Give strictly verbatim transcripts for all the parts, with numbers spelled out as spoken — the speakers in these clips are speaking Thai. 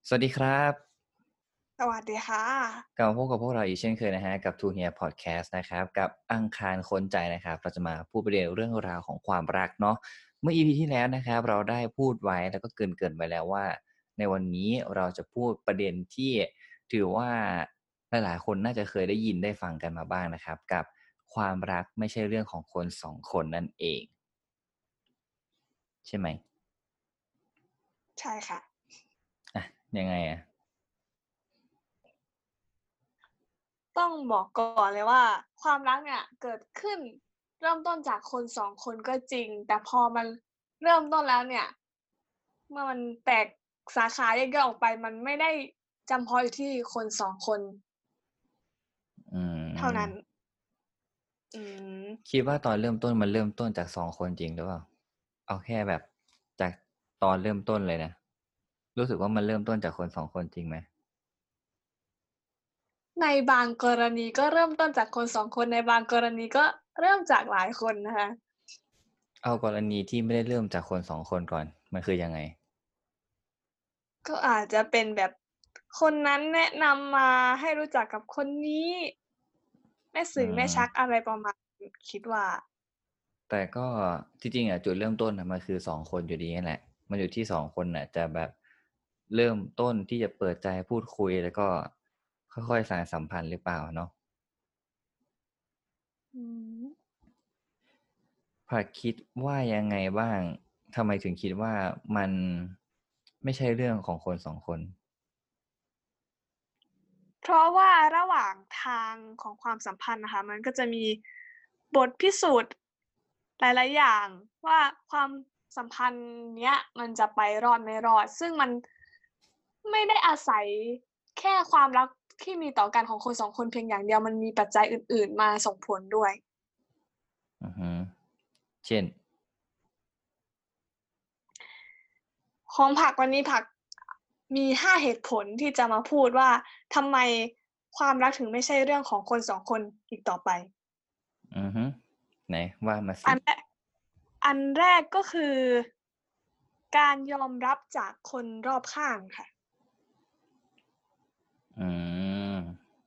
สวัสดีครับสวัสดีค่ะกลับมาพบกับพวกเราอีกเช่นเคยนะฮะกับ Two Here Podcast นะครับกับอังคารค้นใจนะครับเราจะมาพูดประเด็นเรื่องราวของความรักเนาะเมื่อ อี พี ที่แล้วนะครับเราได้พูดไว้แล้วก็เกริ่นๆไว้แล้วว่าในวันนี้เราจะพูดประเด็นที่ถือว่าหลายๆคนน่าจะเคยได้ยินได้ฟังกันมาบ้างนะครับกับความรักไม่ใช่เรื่องของคนสองคนนั่นเองใช่ไหมใช่ค่ะอะยังไงอะต้องบอกก่อนเลยว่าความรักเนี่ยเกิดขึ้นเริ่มต้นจากคนสองคนก็จริงแต่พอมันเริ่มต้นแล้วเนี่ยเมื่อมันแตกสาขาแยกย่อยออกไปมันไม่ได้จำเพาะอยู่ที่คนสองคนอืเท่านั้นมอืมคิดว่าตอนเริ่มต้นมันเริ่มต้นจากสองคนจริงหรือเปล่า เอาแค่แบบจากตอนเริ่มต้นเลยนะรู้สึกว่ามันเริ่มต้นจากคนสองคนจริงไหมในบางกรณีก็เริ่มต้นจากคนสองคนในบางกรณีก็เริ่มจากหลายคนนะคะเอากรณีที่ไม่ได้เริ่มจากคนสองคนก่อนมันคือยังไงก็อาจจะเป็นแบบคนนั้นแนะนำมาให้รู้จักกับคนนี้ แม่อืสื่อแม่ชักมอะไรประมาณนี้คิดว่าแต่ก็จริงๆอะจุดเริ่มต้นน่ะมันคือสองคนอยู่ดีนั่นแหละมันอยู่ที่สองคนน่ะจะแบบเริ่มต้นที่จะเปิดใจพูดคุยแล้วก็ค่อยๆสานสัมพันธ์หรือเปล่าเนาะอืมพอคิดว่ายังไงบ้างทำไมถึงคิดว่ามันไม่ใช่เรื่องของคนสองคนเพราะว่าระหว่างทางของความสัมพันธ์น่ะค่ะมันก็จะมีบทพิสูจน์หลายๆอย่างว่าความสัมพันธ์เนี้ยมันจะไปรอดไม่รอดซึ่งมันไม่ได้อาศัยแค่ความรักที่มีต่อกันของคนสองคนเพียงอย่างเดียวมันมีปัจจัยอื่นๆมาส่งผลด้วยอือฮึเช่นของผักวันนี้ผักมีห้าเหตุผลที่จะมาพูดว่าทำไมความรักถึงไม่ใช่เรื่องของคนสองคนอีกต่อไปอือฮึไหนว่ามาสิอันแรกอันแรกก็คือการยอมรับจากคนรอบข้างค่ะอืม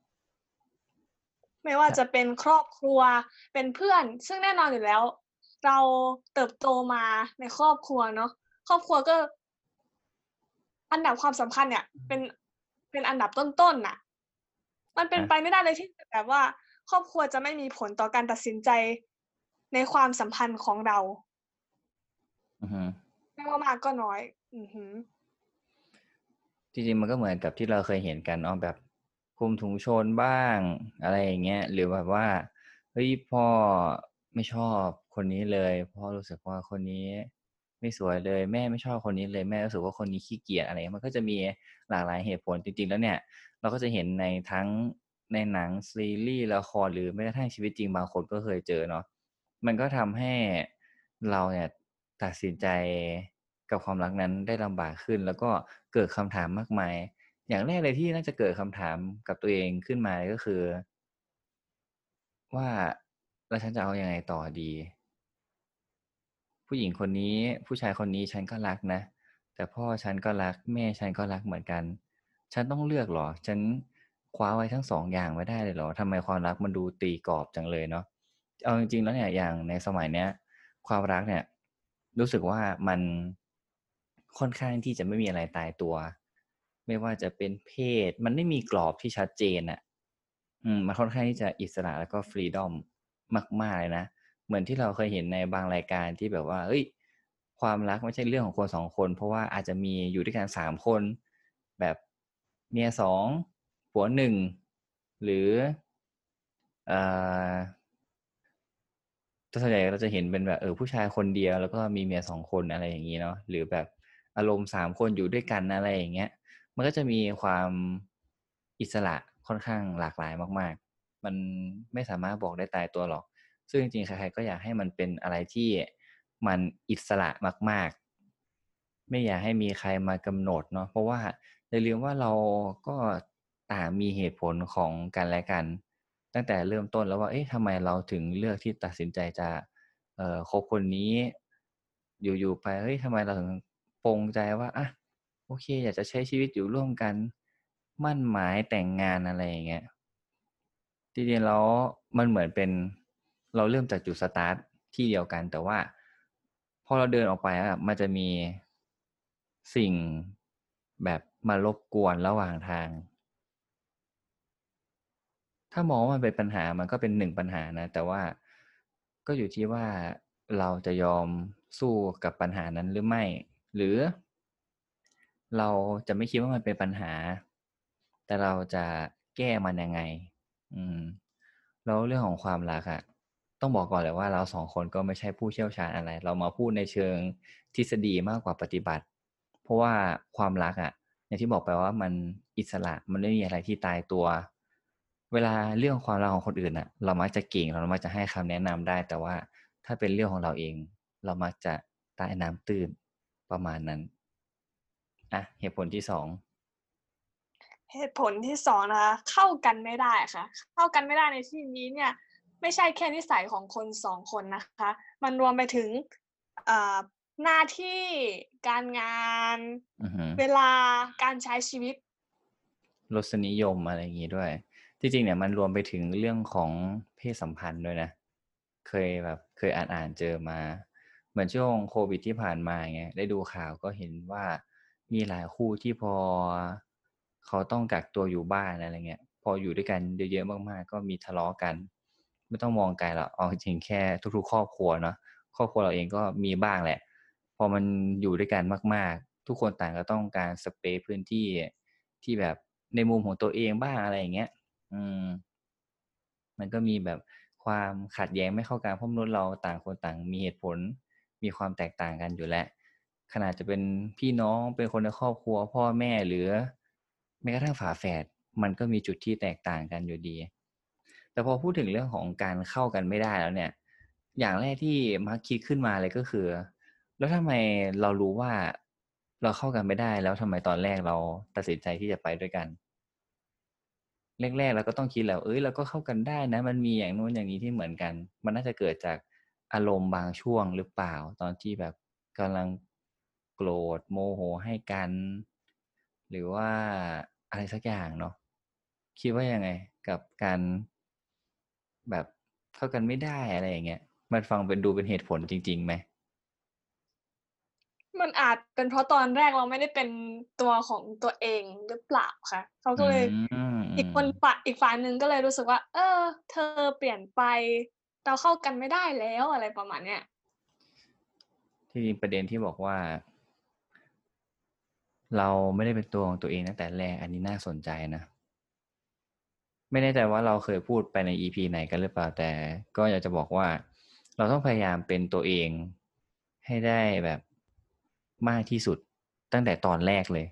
ไม่ว่าถ้าจะเป็นครอบครัวเป็นเพื่อนซึ่งแน่นอนอยู่แล้วเราเติบโตมาในครอบครัวเนาะครอบครัวก็อันดับความสำคัญเนี่ยเป็นเป็นอันดับต้นๆน่ะ มันเป็นอะไปไม่ได้เลยที่จะแบบว่าครอบครัวจะไม่มีผลต่อการตัดสินใจในความสัมพันธ์ของเราอือฮึไม่ว่ามากก็น้อยอือฮึจริงๆมันก็เหมือนกับที่เราเคยเห็นกันเนาะแบบคลุมถุงชนบ้างอะไรอย่างเงี้ยหรือแบบว่าเฮ้ยพ่อไม่ชอบคนนี้เลยพ่อรู้สึกว่าคนนี้ไม่สวยเลยแม่ไม่ชอบคนนี้เลยแม่รู้สึกว่าคนนี้ขี้เกียจอะไรเงี้ยมันก็จะมีหลากหลายเหตุผลจริงๆแล้วเนี่ยเราก็จะเห็นในทั้งในหนังซีรีส์ละครหรือแม้กระทั่งชีวิตจริงบางคนก็เคยเจอเนาะ มันก็ทำให้เราเนี่ยตัดสินใจกับความรักนั้นได้ลำบากขึ้นแล้วก็เกิดคำถามมากมายอย่างแรกเลยที่น่าจะเกิดคำถามกับตัวเองขึ้นมาก็คือว่าแล้วฉันจะเอายังไงต่อดีผู้หญิงคนนี้ผู้ชายคนนี้ฉันก็รักนะแต่พ่อฉันก็รักแม่ฉันก็รักเหมือนกันฉันต้องเลือกเหรอฉันคว้าไว้ทั้งสองอย่างไม่ได้เลยเหรอทำไมความรักมันดูตีกรอบจังเลยเนาะ เอาจริงๆแล้วเนี่ยอย่างในสมัยเนี้ยความรักเนี่ยรู้สึกว่ามันค่อนข้างที่จะไม่มีอะไรตายตัวไม่ว่าจะเป็นเพศมันไม่มีกรอบที่ชัดเจนอะอืมมันค่อนข้างที่จะอิสระแล้วก็ freedom มากๆเลยนะเหมือนที่เราเคยเห็นในบางรายการที่แบบว่าเฮ้ยความรักไม่ใช่เรื่องของคนสองคนเพราะว่าอาจจะมีอยู่ด้วยกันสามคนแบบเมียสองผัวหนึ่งหรือเอ่อ แต่ส่วนใหญ่เราจะเห็นเป็นแบบเออผู้ชายคนเดียวแล้วก็มีเมียสองคนอะไรอย่างงี้เนาะหรือแบบอารมณ์สามคนอยู่ด้วยกันอะไรอย่างเงี้ยมันก็จะมีความอิสระค่อนข้างหลากหลายมากๆมันไม่สามารถบอกได้ตายตัวหรอกซึ่งจริงๆใครๆก็อยากให้มันเป็นอะไรที่มันอิสระมากๆไม่อยากให้มีใครมากำหนดเนาะเพราะว่าอย่าลืมว่าเราก็ต่างมีเหตุผลของกันและกัน ตั้งแต่เริ่มต้นแล้วว่าเอ๊ะทำไมเราถึงเลือกที่ตัดสินใจจะเอ่อคบคนนี้อยู่ๆไปเฮ้ยทำไมเราถึงปรงใจว่าอะโอเคอยากจะใช้ชีวิตอยู่ร่วมกันมั่นหมายแต่งงานอะไรอย่างเงี้ยจริงๆแล้วมันเหมือนเป็นเราเริ่มจากจุดสตาร์ทที่เดียวกันแต่ว่าพอเราเดินออกไปอะมันจะมีสิ่งแบบมารบกวนระหว่างทางถ้ามองว่ามันเป็นปัญหามันก็เป็นหนึ่งปัญหานะแต่ว่าก็อยู่ที่ว่าเราจะยอมสู้กับปัญหานั้นหรือไม่หรือเราจะไม่คิดว่ามันเป็นปัญหาแต่เราจะแก้มันยังไงอืมแล้วเรื่องของความรักอะต้องบอกก่อนเลยว่าเราสองคนก็ไม่ใช่ผู้เชี่ยวชาญอะไรเรามาพูดในเชิงทฤษฎีมากกว่าปฏิบัติเพราะว่าความรักอะอย่างที่บอกไปว่ามันอิสระมันไม่มีอะไรที่ตายตัวเวลาเรื่องความรักของคนอื่นอะเรามักจะเก่งเรามักจะให้คำแนะนำได้แต่ว่าถ้าเป็นเรื่องของเราเองเรามักจะใต้น้ำตื้นประมาณนั้นอ่ะเหตุผลที่สองเหตุผลที่สองนะคะเข้ากันไม่ได้ค่ะเข้ากันไม่ได้ในที่นี้เนี่ยไม่ใช่แค่นิสัยของคนสองคนนะคะมันรวมไปถึงเอ่อหน้าที่การงานอือฮึเวลาการใช้ชีวิตรสนิยมอะไรอย่างงี้ด้วยจริงๆเนี่ยมันรวมไปถึงเรื่องของเพศสัมพันธ์ด้วยนะเคยแบบเคยอ่านๆเจอมาเหมือนช่วงโควิดที่ผ่านมาอย่างเงี้ยได้ดูข่าวก็เห็นว่ามีหลายคู่ที่พอเขาต้องกักตัวอยู่บ้านอะไรเงี้ยพออยู่ด้วยกันเยอะๆมากๆก็มีทะเลาะกันไม่ต้องมองไกลหรอกเอาจริงๆแค่ทุกๆครอบครัวเนาะครอบครัวเราเองก็มีบ้างแหละพอมันอยู่ด้วยกันมากๆทุกคนต่างก็ต้องการสเปซพื้นที่ที่แบบในมุมของตัวเองบ้างอะไรอย่างเงี้ยอืม มันก็มีแบบความขัดแย้งไม่เข้ากันเพราะมนุษย์เราต่างคนต่างมีเหตุผลมีความแตกต่างกันอยู่แล้วขนาดจะเป็นพี่น้องเป็นคนในครอบครัวพ่อแม่หรือแม้กระทั่งฝาแฝดมันก็มีจุดที่แตกต่างกันอยู่ดีแต่พอพูดถึงเรื่องของการเข้ากันไม่ได้แล้วเนี่ยอย่างแรกที่มักคิดขึ้นมาเลยก็คือแล้วทำไมเรารู้ว่าเราเข้ากันไม่ได้แล้วทำไมตอนแรกเราตัดสินใจที่จะไปด้วยกัน แรกๆเราก็ต้องคิดแหละเอ้ยเราก็เข้ากันได้นะมันมีอย่างนู้นอย่างนี้ที่เหมือนกันมันน่าจะเกิดจากอารมณ์บางช่วงหรือเปล่าตอนที่แบบกำลังโกรธโมโหให้กันหรือว่าอะไรสักอย่างเนาะคิดว่ายังไงกับการแบบเข้ากันไม่ได้อะไรอย่างเงี้ยมันฟังเป็นดูเป็นเหตุผลจริงๆไหมมันอาจเป็นเพราะตอนแรกเราไม่ได้เป็นตัวของตัวเองหรือเปล่าคะเขาอืก็เลยมอืมอีกคนฝ่ายอีกฝ่ายหนึ่งก็เลยรู้สึกว่าเออเธอเปลี่ยนไปเราเข้ากันไม่ได้แล้วอะไรประมาณเนี้ยที่จริงประเด็นที่บอกว่าเราไม่ได้เป็นตัวของตัวเองตั้งแต่แรกอันนี้น่าสนใจนะ ไม่แน่ใจว่าเราเคยพูดไปใน อี พี ไหนกันหรือเปล่าแต่ก็อยากจะบอกว่าเราต้องพยายามเป็นตัวเองให้ได้แบบมากที่สุดตั้งแต่ตอนแรกเลย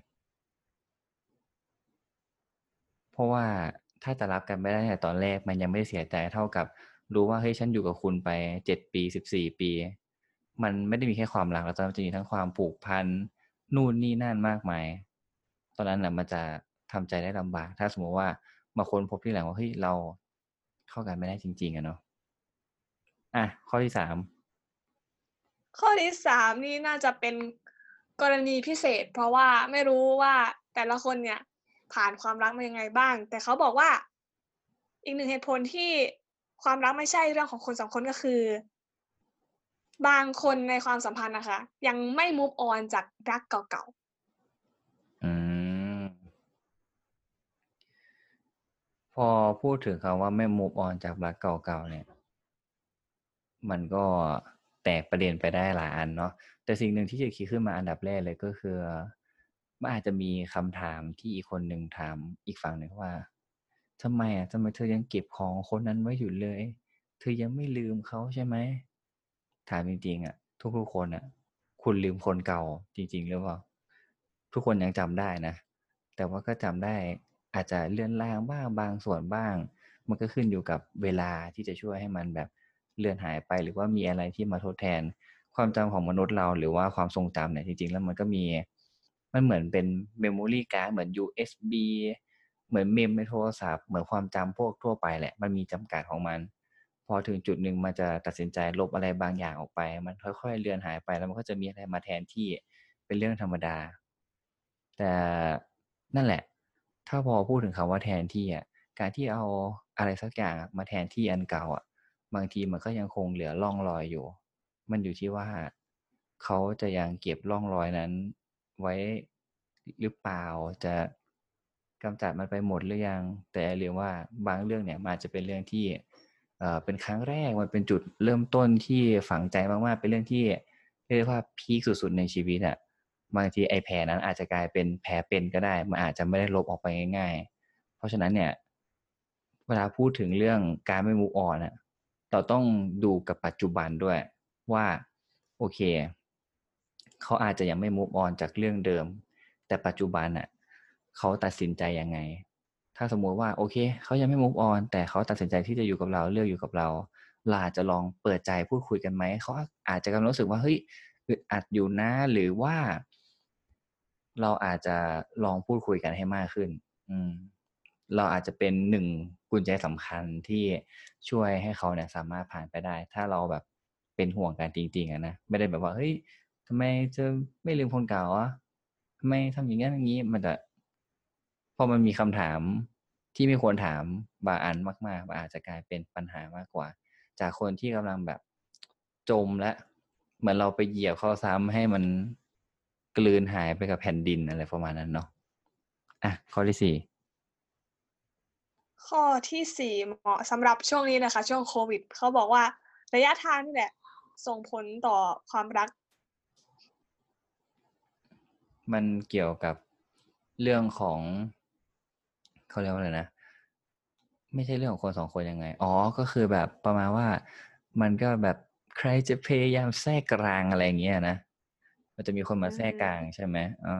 เพราะว่าถ้าจะรับกันไม่ได้ตั้งแต่ตอนแรกมันยังไม่ได้เสียใจเท่ากับรู้ว่าเฮ้ยฉันอยู่กับคุณไปเจ็ดปีสิบสี่ปีมันไม่ได้มีแค่ความรักแล้วตอนนนจะมีทั้งความผูกพันนู่นนี่นั่นมากมายตอนนั้นน่ะมันจะทำใจได้ลำบากถ้าสมมติว่ามาค้นพบที่หลังว่าเฮ้ยเราเข้ากันไม่ได้จริงๆอะเนาะอ่ะข้อที่สามข้อที่สามนี่น่าจะเป็นกรณีพิเศษเพราะว่าไม่รู้ว่าแต่ละคนเนี่ยผ่านความรักมายังไงบ้างแต่เขาบอกว่าอีกหนึ่งเหตุผลที่ความรักไม่ใช่เรื่องของคนสองคนก็คือบางคนในความสัมพันธ์น่ะค่ะยังไม่ move on จากรักเก่าๆอืมพอพูดถึงคำว่าไม่ move on จากรักเก่าๆเนี่ย มันก็แตกประเด็นไปได้หลายอันเนาะแต่สิ่งหนึ่งที่จะคิดขึ้นมาอันดับแรกเลยก็คือมันอาจจะมีคำถามที่อีกคนหนึ่งถามอีกฝั่งหนึ่งว่าทำไมอ่ะทำไมเธอยังเก็บของคนนั้นไว้อยู่เลยเธอยังไม่ลืมเขาใช่ไหมถามจริงๆอ่ะทุกๆคนอ่ะคุณลืมคนเก่าจริงๆหรือเปล่าทุกคนยังจำได้นะแต่ว่าก็จำได้อาจจะเลือนลางบ้างบางส่วนบ้าง มันก็ขึ้นอยู่กับเวลาที่จะช่วยให้มันแบบเลือนหายไปหรือว่ามีอะไรที่มาทดแทนความจำของมนุษย์เราหรือว่าความทรงจำเนี่ยจริงๆแล้วมันก็มีมันเหมือนเป็น memory card เหมือน ยู เอส บี เหมือนเมมในโทรศัพท์เหมือนความจำพวกทั่วไปแหละมันมีจำกัดของมันพอถึงจุดหนึ่งมันจะตัดสินใจลบอะไรบางอย่างออกไปมันค่อยๆเลือนหายไปแล้วมันก็จะมีอะไรมาแทนที่เป็นเรื่องธรรมดาแต่นั่นแหละถ้าพอพูดถึงคำว่าแทนที่อ่ะการที่เอาอะไรสักอย่างมาแทนที่อันเก่าอ่ะบางทีมันก็ยังคงเหลือร่องรอยอยู่มันอยู่ที่ว่าเขาจะยังเก็บร่องรอยนั้นไว้หรือเปล่าจะกำจัดมันไปหมดหรือยังแต่เรียกว่าบางเรื่องเนี่ยมันอาจจะเป็นเรื่องที่เอ่อเป็นครั้งแรกมันเป็นจุดเริ่มต้นที่ฝังใจมากๆเป็นเรื่องที่เรียกว่าพีคสุดๆในชีวิตอ่ะบางทีไอ้แผลนั้นอาจจะกลายเป็นแผลเป็นก็ได้มันอาจจะไม่ได้ลบออกไปง่ายๆเพราะฉะนั้นเนี่ยเวลาพูดถึงเรื่องการไม่ move on อ่ะเราต้องดูกับปัจจุบันด้วยว่าโอเคเขาอาจจะยังไม่ move on จากเรื่องเดิมแต่ปัจจุบันอ่ะเขาตัดสินใจยังไงถ้าสมมติว่าโอเคเขายังไม่ move on แต่เขาตัดสินใจที่จะอยู่กับเราเลือกอยู่กับเราเราอาจจะลองเปิดใจพูดคุยกันไหมเขาอาจจะกำลังรู้สึกว่าเฮ้ยอึดอัดอยู่นะหรือว่าเราอาจจะลองพูดคุยกันให้มากขึ้นอืมเราอาจจะเป็นหนึ่งกุญแจสำคัญที่ช่วยให้เขาเนี่ยสามารถผ่านไปได้ถ้าเราแบบเป็นห่วงกันจริงๆอะนะไม่ได้แบบว่าเฮ้ยทำไมจะไม่ลืมคนเก่าอ่ะทำไมทำอย่างนี้นอย่างนี้มันจะพอมันมีคำถามที่ไม่ควรถามบางอันมากๆมันอาจจะกลายเป็นปัญหามากกว่าจากคนที่กำลังแบบจมและเหมือนเราไปเหยียบเขาซ้ำให้มันกลืนหายไปกับแผ่นดินอะไรประมาณนั้นเนาะอ่ะข้อที่สี่ข้อที่สี่เหมาะสำหรับช่วงนี้นะคะช่วงโควิดเขาบอกว่าระยะทางนี่แหละส่งผลต่อความรักมันเกี่ยวกับเรื่องของเขาเรียกว่าอะไรนะไม่ใช่เรื่องของคนสองคนยังไงอ๋อก็คือแบบประมาณว่ามันก็แบบใครจะพยายามแทรกกลางอะไรอย่างเงี้ยนะมันจะมีคนมาอืแทรกกลางมใช่ไหมอ๋อ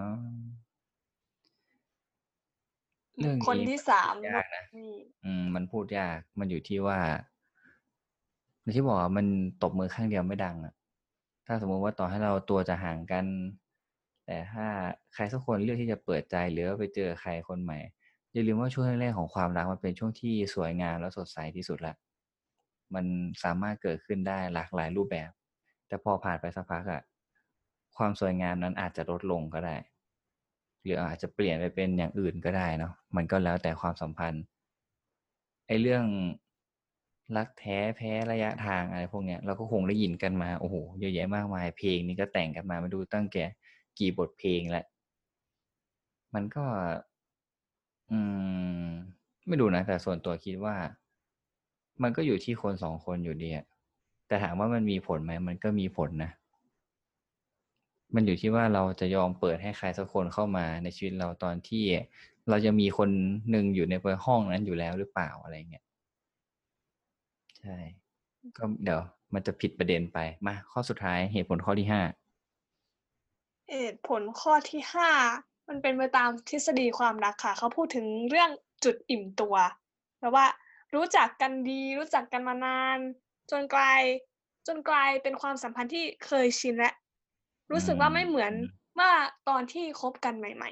เรื่องคนนี้ที่สามมันพูดยากนะนี่อืมมันพูดยากมันอยู่ที่ว่าในที่บอกว่ามันตบมือข้างเดียวไม่ดังอ่ะถ้าสมมติว่าต่อให้เราตัวจะห่างกันแต่ถ้าใครสักคนเลือกที่จะเปิดใจหรือว่าไปเจอใครคนใหม่อย่าลืมว่าช่วงแรกๆของความรักมันเป็นช่วงที่สวยงามและสดใสที่สุดละมันสามารถเกิดขึ้นได้หลากหลายรูปแบบแต่พอผ่านไปสักพักอะความสวยงามนั้นอาจจะลดลงก็ได้หรืออาจจะเปลี่ยนไปเป็นอย่างอื่นก็ได้เนาะมันก็แล้วแต่ความสัมพันธ์ไอ้เรื่องรักแท้แพ้ระยะทางอะไรพวกเนี้ยเราก็คงได้ยินกันมาโอ้โหเยอะแยะมากมายเพลงนี้ก็แต่งกันมาไม่รู้ตั้งแก่กี่บทเพลงแล้วมันก็อืมไม่ดูนะแต่ส่วนตัวคิดว่ามันก็อยู่ที่คนสองคนอยู่ดีอะแต่ถามว่ามันมีผลไหมมันก็มีผลนะมันอยู่ที่ว่าเราจะยอมเปิดให้ใครสักคนเข้ามาในชีวิตเราตอนที่เราจะมีคนหนึ่งอยู่ในห้องนั้นอยู่แล้วหรือเปล่าอะไรเงี้ยใช่ก็เดี๋ยวมันจะผิดประเด็นไปมาข้อสุดท้ายเหตุผลข้อที่ห้าเหตุผลข้อที่ห้ามันเป็นไปตามทฤษฎีความรักค่ะเขาพูดถึงเรื่องจุดอิ่มตัวแปลว่ารู้จักกันดีรู้จักกันมานานจนกลายจนกลายเป็นความสัมพันธ์ที่เคยชินและอืรู้สึกว่าไม่เหมือนมเมื่อตอนที่คบกันใหม่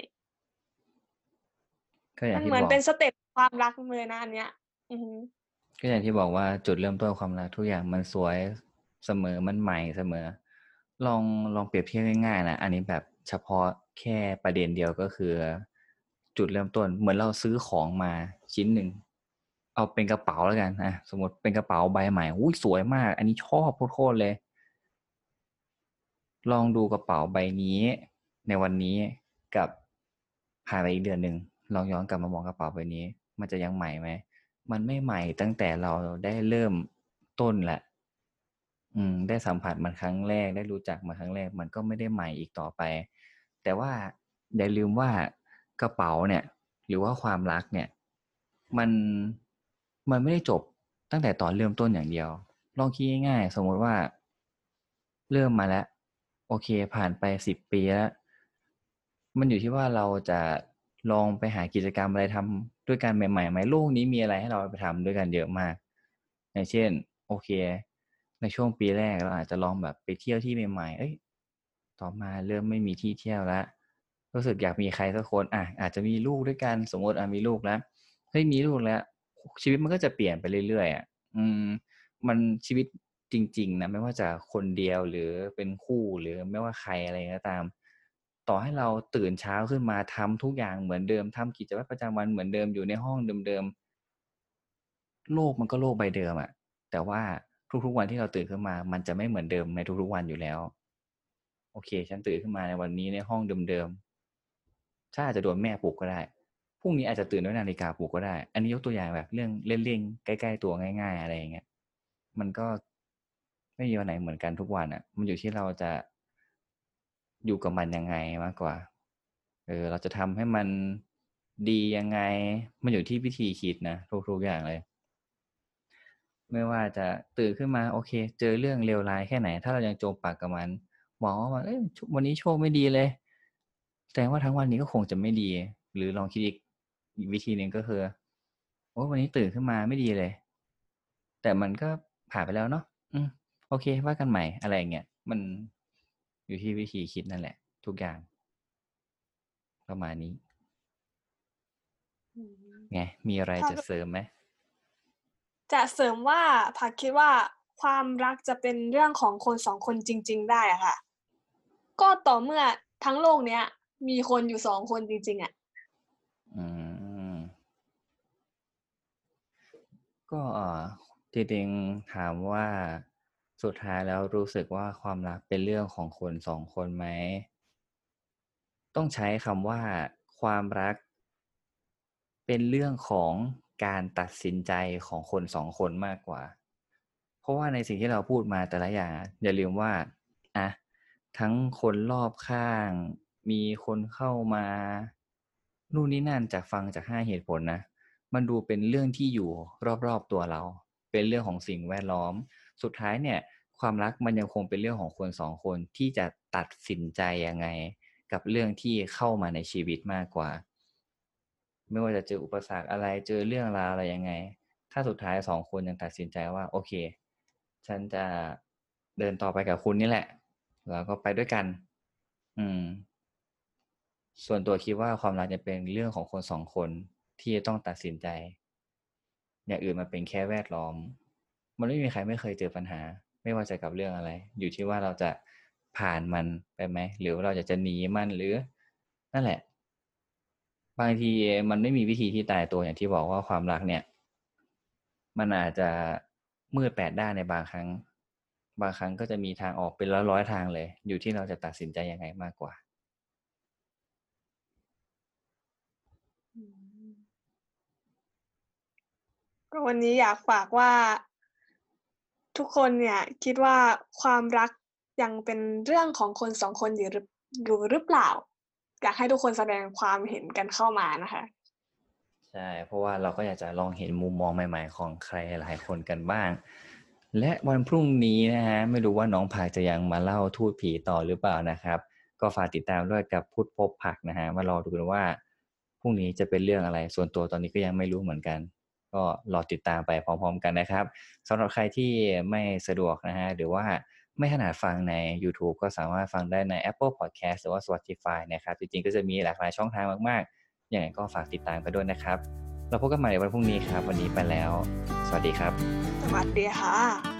ก็อๆมันย่างที่บอกเหมือนเป็นสเต็ปความรักเลยนะอันเนี้ยอือฮึก็อย่างที่บอกว่าจุดเริ่มต้นความรักทุกอย่างมันสวยเสมอมันใหม่เสมอลองลองเปรียบเทียบง่ายๆนะอันนี้แบบเฉพาะแค่ประเด็นเดียวก็คือจุดเริ่มต้นเหมือนเราซื้อของมาชิ้นหนึ่งเอาเป็นกระเป๋าแล้วกันนะสมมติเป็นกระเป๋าใบใหม่อุ้ยสวยมากอันนี้ชอบโคตรเลยลองดูกระเป๋าใบนี้ในวันนี้กับผ่านไปอีกเดือนหนึ่งลองย้อนกลับมามองกระเป๋าใบนี้มันจะยังใหม่ไหม มันไม่ใหม่ตั้งแต่เราได้เริ่มต้นแหละอืมได้สัมผัสมันครั้งแรกได้รู้จักมันครั้งแรกมันก็ไม่ได้ใหม่อีกต่อไปแต่ว่าอย่าลืมว่ากระเป๋าเนี่ยหรือว่าความรักเนี่ยมันมันไม่ได้จบตั้งแต่ตอนเริ่มต้นอย่างเดียวลองคิดง่ายๆสมมติว่าเริ่มมาแล้วโอเคผ่านไปสิบปีแล้วมันอยู่ที่ว่าเราจะลองไปหากิจกรรมอะไรทำด้วยกันใหม่ๆไหมโลกนี้มีอะไรให้เราไปทำด้วยกันเยอะมากอย่างเช่นโอเคในช่วงปีแรกเราอาจจะลองแบบไปเที่ยวที่ใหม่ๆเอ้ยต่อมาเริ่มไม่มีที่เที่ยวแล้วรู้สึกอยากมีใครสักคนอ่ะอาจจะมีลูกด้วยกันสมมติอ่ะมีลูกแล้วเฮ้ยมีลูกแล้วชีวิตมันก็จะเปลี่ยนไปเรื่อยๆอ่ะอืมมันชีวิตจริงๆนะไม่ว่าจะคนเดียวหรือเป็นคู่หรือไม่ว่าใครอะไรก็ตามต่อให้เราตื่นเช้าขึ้นมาทำทุกอย่างเหมือนเดิมทำกิจวัตรประจำวันเหมือนเดิมอยู่ในห้องเดิมๆโลกมันก็โลกใบเดิมอะแต่ว่าทุกๆวันที่เราตื่นขึ้นมามันจะไม่เหมือนเดิมในทุกๆวันอยู่แล้วโอเคฉันตื่นขึ้นมาในวันนี้ในห้องเดิมๆฉันอาจจะโดนแม่ปลุกก็ได้พรุ่งนี้อาจจะตื่นด้วยนาฬิกาปลุกก็ได้อันนี้ยกตัวอย่างแบบเรื่องเล่นๆใกล้ๆตัวง่ายๆอะไรอย่างเงี้ยมันก็ไม่มีวันไหนเหมือนกันทุกวันอะมันอยู่ที่เราจะอยู่กับมันยังไงมากกว่าเออเราจะทำให้มันดียังไงมันอยู่ที่วิธีคิดนะทุกๆอย่างเลยไม่ว่าจะตื่นขึ้นมาโอเคเจอเรื่องเลวร้ายแค่ไหนถ้าเรายังจมปากกับมันมองว่าเอ้ยวันนี้โชคไม่ดีเลยแสดงว่าทั้งวันนี้ก็คงจะไม่ดีหรือลองคิดอีกอีกวิธีหนึ่งก็คือโอ้วันนี้ตื่นขึ้นมาไม่ดีเลยแต่มันก็ผ่านไปแล้วเนาะอืมโอเคว่ากันใหม่อะไรอย่างเงี้ยมันอยู่ที่วิธีคิดนั่นแหละทุกอย่างประมาณนี้อืมไงมีอะไรถ้าจะเสริมไหมจะเสริมว่าผักคิดว่าความรักจะเป็นเรื่องของคนสองคนจริง ๆ ได้อะค่ะ ก็ต่อเมื่อทั้งโลกเนี้ย มีคนอยู่สองคนจริง ๆ อะอืมก็เอ่อจริงๆถามว่าสุดท้ายแล้วรู้สึกว่าความรักเป็นเรื่องของคนสองคนไหมต้องใช้คำว่าความรักเป็นเรื่องของการตัดสินใจของคนสองคนมากกว่า เพราะว่าในสิ่งที่เราพูดมาแต่ละอย่างอะอย่าลืมว่าอะทั้งคนรอบข้างมีคนเข้ามานู่นนี่นั่นจากฟังจากห้าเหตุผลนะมันดูเป็นเรื่องที่อยู่รอบๆตัวเรา เป็นเรื่องของสิ่งแวดล้อม สุดท้ายเนี่ยความรักมันยังคงเป็นเรื่องของคนสองคนที่จะตัดสินใจยังไงกับเรื่องที่เข้ามาในชีวิตมากกว่า ไม่ว่าจะเจออุปสรรคอะไรเจอเรื่องราวอะไรยังไง ถ้าสุดท้ายสองคนยังตัดสินใจว่าโอเคฉันจะเดินต่อไปกับคุณนี่แหละแล้วก็ไปด้วยกัน อืม ส่วนตัวคิดว่าความรักจะเป็นเรื่องของคนสองคนที่จะต้องตัดสินใจอย่างอื่นมันเป็นแค่แวดล้อมมันไม่มีใครไม่เคยเจอปัญหาไม่ว่าจะกับเรื่องอะไรอยู่ที่ว่าเราจะผ่านมันไปไหมหรือว่าเราอยากจะหนีมันหรือนั่นแหละบางทีมันไม่มีวิธีที่ตายตัวอย่างที่บอกว่าความรักเนี่ยมันอาจจะมืดแปดด้านในบางครั้งบางครั้งก็จะมีทางออกเป็นร้อยๆทางเลยอยู่ที่เราจะตัดสินใจยังไงมากกว่าอืม ก็วันนี้อยากฝากว่า ทุกคนเนี่ยคิดว่าความรักยังเป็นเรื่องของคนสองคนอยู่หรืออยู่หรือเปล่า อยากให้ทุกคนแสดงความเห็นกันเข้ามานะคะใช่เพราะว่าเราก็อยากจะลองเห็นมุมมองใหม่ๆของใครหลายคนกันบ้าง และวันพรุ่งนี้นะฮะไม่รู้ว่าน้องผักจะยังมาเล่าทูตผีต่อหรือเปล่านะครับ ก็ฝากติดตามด้วยกับพุทธพบผักนะฮะมารอดูกันว่าพรุ่งนี้จะเป็นเรื่องอะไรส่วนตัวตอนนี้ก็ยังไม่รู้เหมือนกัน ก็รอติดตามไปพร้อมๆกันนะครับสำหรับใครที่ไม่สะดวกนะฮะหรือว่าไม่ถนัดฟังใน YouTube ก็สามารถฟังได้ใน Apple Podcast หรือว่า Spotify นะครับจริงๆก็จะมีหลากหลายช่องทางมากๆยังไงก็ฝากติดตามกันด้วยนะครับเราพบกันใหม่ในวันพรุ่งนี้ครับวันนี้ไปแล้วสวัสดีครับสวัสดีค่ะ